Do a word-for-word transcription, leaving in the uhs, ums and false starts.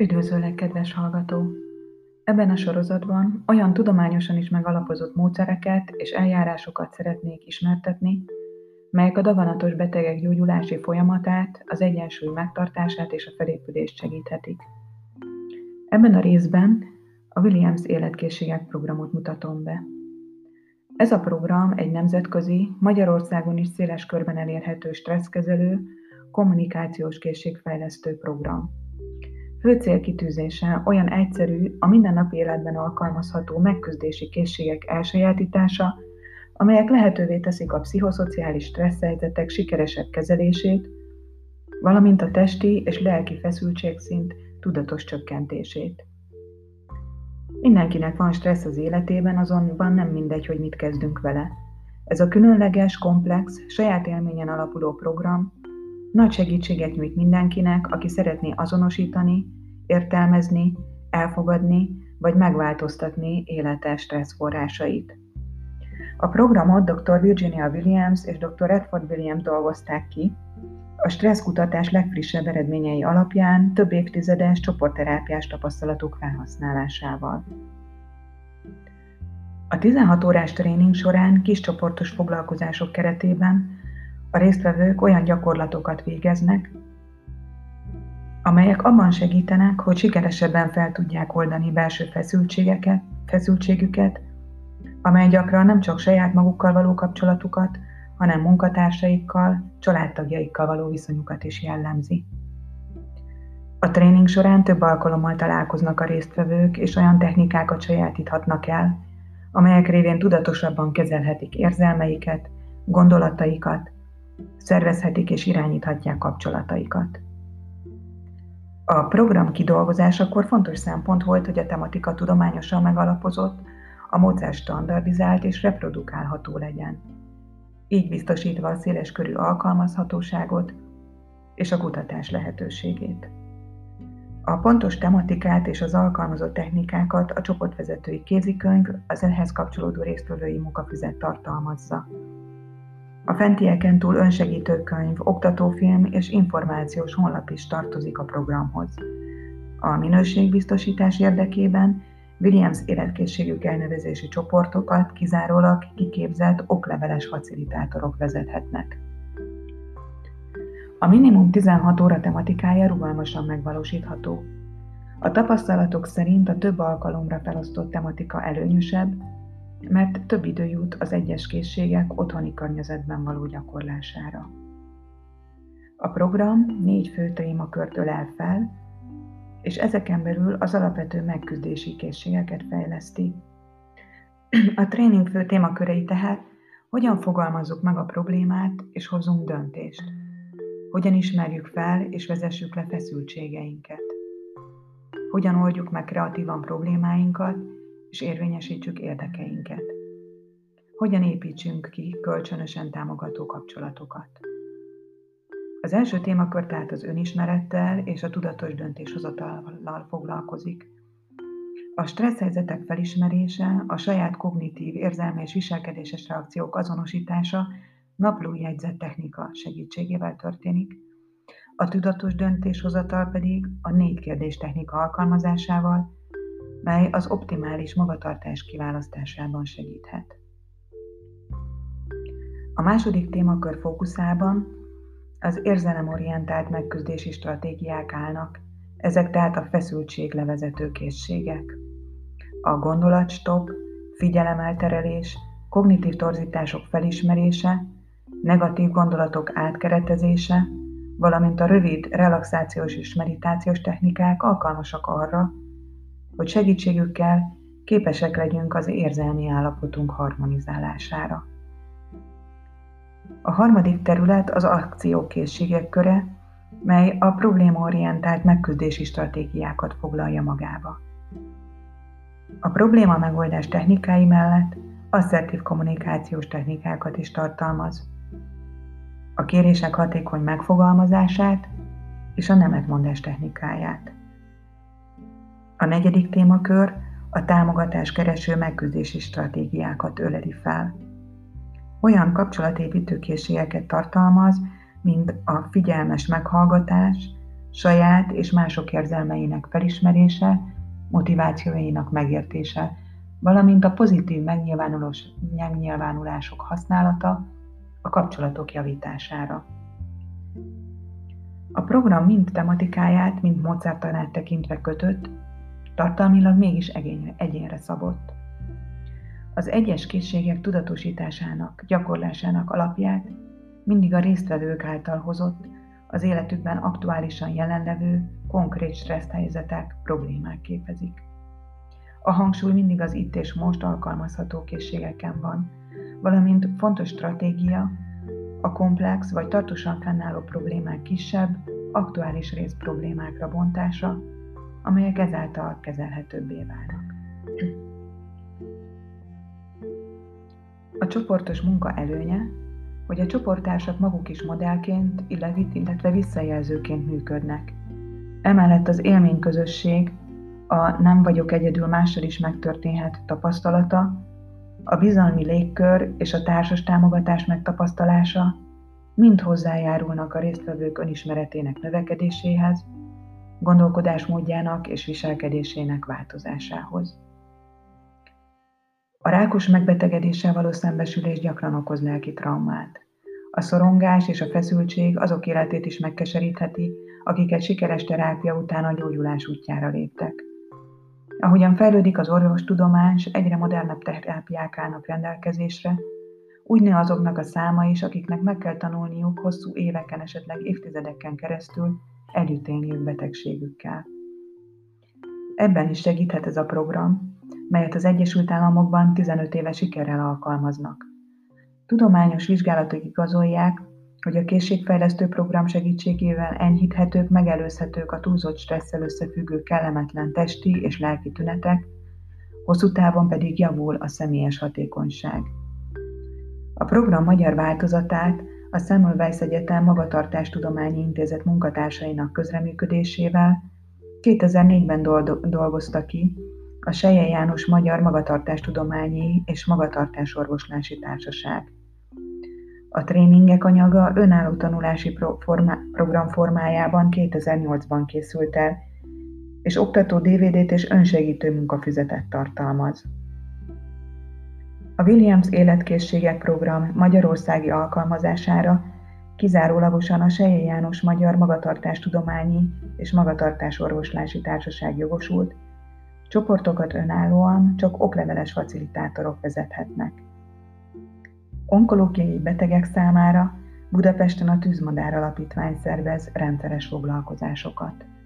Üdvözöllek, kedves hallgató! Ebben a sorozatban olyan tudományosan is megalapozott módszereket és eljárásokat szeretnék ismertetni, melyek a daganatos betegek gyógyulási folyamatát, az egyensúly megtartását és a felépülést segíthetik. Ebben a részben a Williams életkészségek programot mutatom be. Ez a program egy nemzetközi, Magyarországon is széles körben elérhető stresszkezelő, kommunikációs készségfejlesztő program. Fő célkitűzése olyan egyszerű, a mindennapi életben alkalmazható megküzdési készségek elsajátítása, amelyek lehetővé teszik a pszichoszociális stresszhelyzetek sikeresebb kezelését, valamint a testi és lelki feszültségszint tudatos csökkentését. Mindenkinek van stressz az életében, azonban nem mindegy, hogy mit kezdünk vele. Ez a különleges, komplex, saját élményen alapuló program nagy segítséget nyújt mindenkinek, aki szeretné azonosítani, értelmezni, elfogadni vagy megváltoztatni élete stressz forrásait. A programot doktor Virginia Williams és doktor Edward Williams dolgozták ki, a stresszkutatás legfrissebb eredményei alapján több évtizedes csoportterápiás tapasztalatok felhasználásával. A tizenhat órás tréning során kiscsoportos foglalkozások keretében a résztvevők olyan gyakorlatokat végeznek, amelyek abban segítenek, hogy sikeresebben fel tudják oldani belső feszültségeket, feszültségüket, amely gyakran nem csak saját magukkal való kapcsolatukat, hanem munkatársaikkal, családtagjaikkal való viszonyukat is jellemzi. A tréning során több alkalommal találkoznak a résztvevők, és olyan technikákat sajátíthatnak el, amelyek révén tudatosabban kezelhetik érzelmeiket, gondolataikat, szervezhetik és irányíthatják kapcsolataikat. A program kidolgozásakor fontos szempont volt, hogy a tematika tudományosan megalapozott, a módszer standardizált és reprodukálható legyen, így biztosítva a széleskörű alkalmazhatóságot és a kutatás lehetőségét. A pontos tematikát és az alkalmazott technikákat a csoportvezetői kézikönyv, az ehhez kapcsolódó résztvevői munkafüzet tartalmazza. A fentieken túl önsegítőkönyv, oktatófilm és információs honlap is tartozik a programhoz. A minőségbiztosítás érdekében Williams életkészségük elnevezési csoportokat kizárólag kiképzett okleveles facilitátorok vezethetnek. A minimum tizenhat óra tematikája rugalmasan megvalósítható. A tapasztalatok szerint a több alkalomra felosztott tematika előnyösebb, mert több idő jut az egyes készségek otthoni környezetben való gyakorlására. A program négy fő témakört ölel fel, és ezeken belül az alapvető megküzdési készségeket fejleszti. A tréning fő témakörei tehát, hogyan fogalmazzuk meg a problémát és hozzunk döntést, hogyan ismerjük fel és vezessük le feszültségeinket, hogyan oldjuk meg kreatívan problémáinkat és érvényesítsük érdekeinket, hogyan építsünk ki kölcsönösen támogató kapcsolatokat. Az első témakör tehát az önismerettel és a tudatos döntéshozatallal foglalkozik. A stressz helyzetek felismerése, a saját kognitív, érzelmi és viselkedéses reakciók azonosítása naplójegyzett technika segítségével történik, a tudatos döntéshozatal pedig a négy kérdés technika alkalmazásával, mely az optimális magatartás kiválasztásában segíthet. A második témakör fókuszában az érzelemorientált megküzdési stratégiák állnak, ezek tehát a feszültséglevezető készségek. A gondolatstopp, figyelemelterelés, kognitív torzítások felismerése, negatív gondolatok átkeretezése, valamint a rövid relaxációs és meditációs technikák alkalmasak arra, hogy segítségükkel képesek legyünk az érzelmi állapotunk harmonizálására. A harmadik terület az akciókészségek köre, mely a problémaorientált megküzdési stratégiákat foglalja magába. A probléma megoldás technikái mellett asszertív kommunikációs technikákat is tartalmaz, a kérések hatékony megfogalmazását és a nemetmondás technikáját. A negyedik témakör a támogatás kereső megküzdési stratégiákat öleli fel. Olyan kapcsolatépítő készségeket tartalmaz, mint a figyelmes meghallgatás, saját és mások érzelmeinek felismerése, motivációinak megértése, valamint a pozitív megnyilvánulások használata a kapcsolatok javítására. A program mind tematikáját, mind módszertanát tekintve kötött, tartalmilag mégis egyénre, egyénre szabott. Az egyes készségek tudatosításának, gyakorlásának alapját mindig a résztvevők által hozott, az életükben aktuálisan jelenlevő, konkrét stresszhelyzetek, problémák képezik. A hangsúly mindig az itt és most alkalmazható készségeken van, valamint fontos stratégia, a komplex vagy tartósan fennálló problémák kisebb, aktuális rész problémákra bontása, amelyek ezáltal kezelhetőbbé válnak. A csoportos munka előnye, hogy a csoporttársak maguk is modellként, illetve visszajelzőként működnek. Emellett az élményközösség, a nem vagyok egyedül, mással is megtörténhet tapasztalata, a bizalmi légkör és a társas támogatás megtapasztalása mind hozzájárulnak a résztvevők önismeretének növekedéséhez, gondolkodásmódjának és viselkedésének változásához. A rákos megbetegedéssel való szembesülés gyakran okoz lelki traumát. A szorongás és a feszültség azok életét is megkeserítheti, akik egy sikeres terápia után a gyógyulás útjára léptek. Ahogyan fejlődik az orvostudomány, egyre modernebb terápiák állnak rendelkezésre, úgy nő azoknak a száma is, akiknek meg kell tanulniuk hosszú éveken, esetleg évtizedeken keresztül együtt élniük betegségükkel. Ebben is segíthet ez a program, melyet az Egyesült Államokban tizenöt éve sikerrel alkalmaznak. Tudományos vizsgálatok igazolják, hogy a készségfejlesztő program segítségével enyhíthetők, megelőzhetők a túlzott stresszel összefüggő kellemetlen testi és lelki tünetek, hosszú távon pedig javul a személyes hatékonyság. A program magyar változatát a Semmelweis Egyetem Magatartástudományi Intézet munkatársainak közreműködésével kétezer-négyben dolgozta ki a Selye János Magyar Magatartástudományi és Magatartásorvoslási Társaság. A tréningek anyaga önálló tanulási program formájában kétezer-nyolcban készült el, és oktató dé vé dét és önsegítő munkafüzetet tartalmaz. A Williams Életkészségek Program magyarországi alkalmazására kizárólagosan a Selye János Magyar Magatartástudományi és Magatartásorvoslási Társaság jogosult, csoportokat önállóan csak okleveles facilitátorok vezethetnek. Onkológiai betegek számára Budapesten a Tűzmadár Alapítvány szervez rendszeres foglalkozásokat.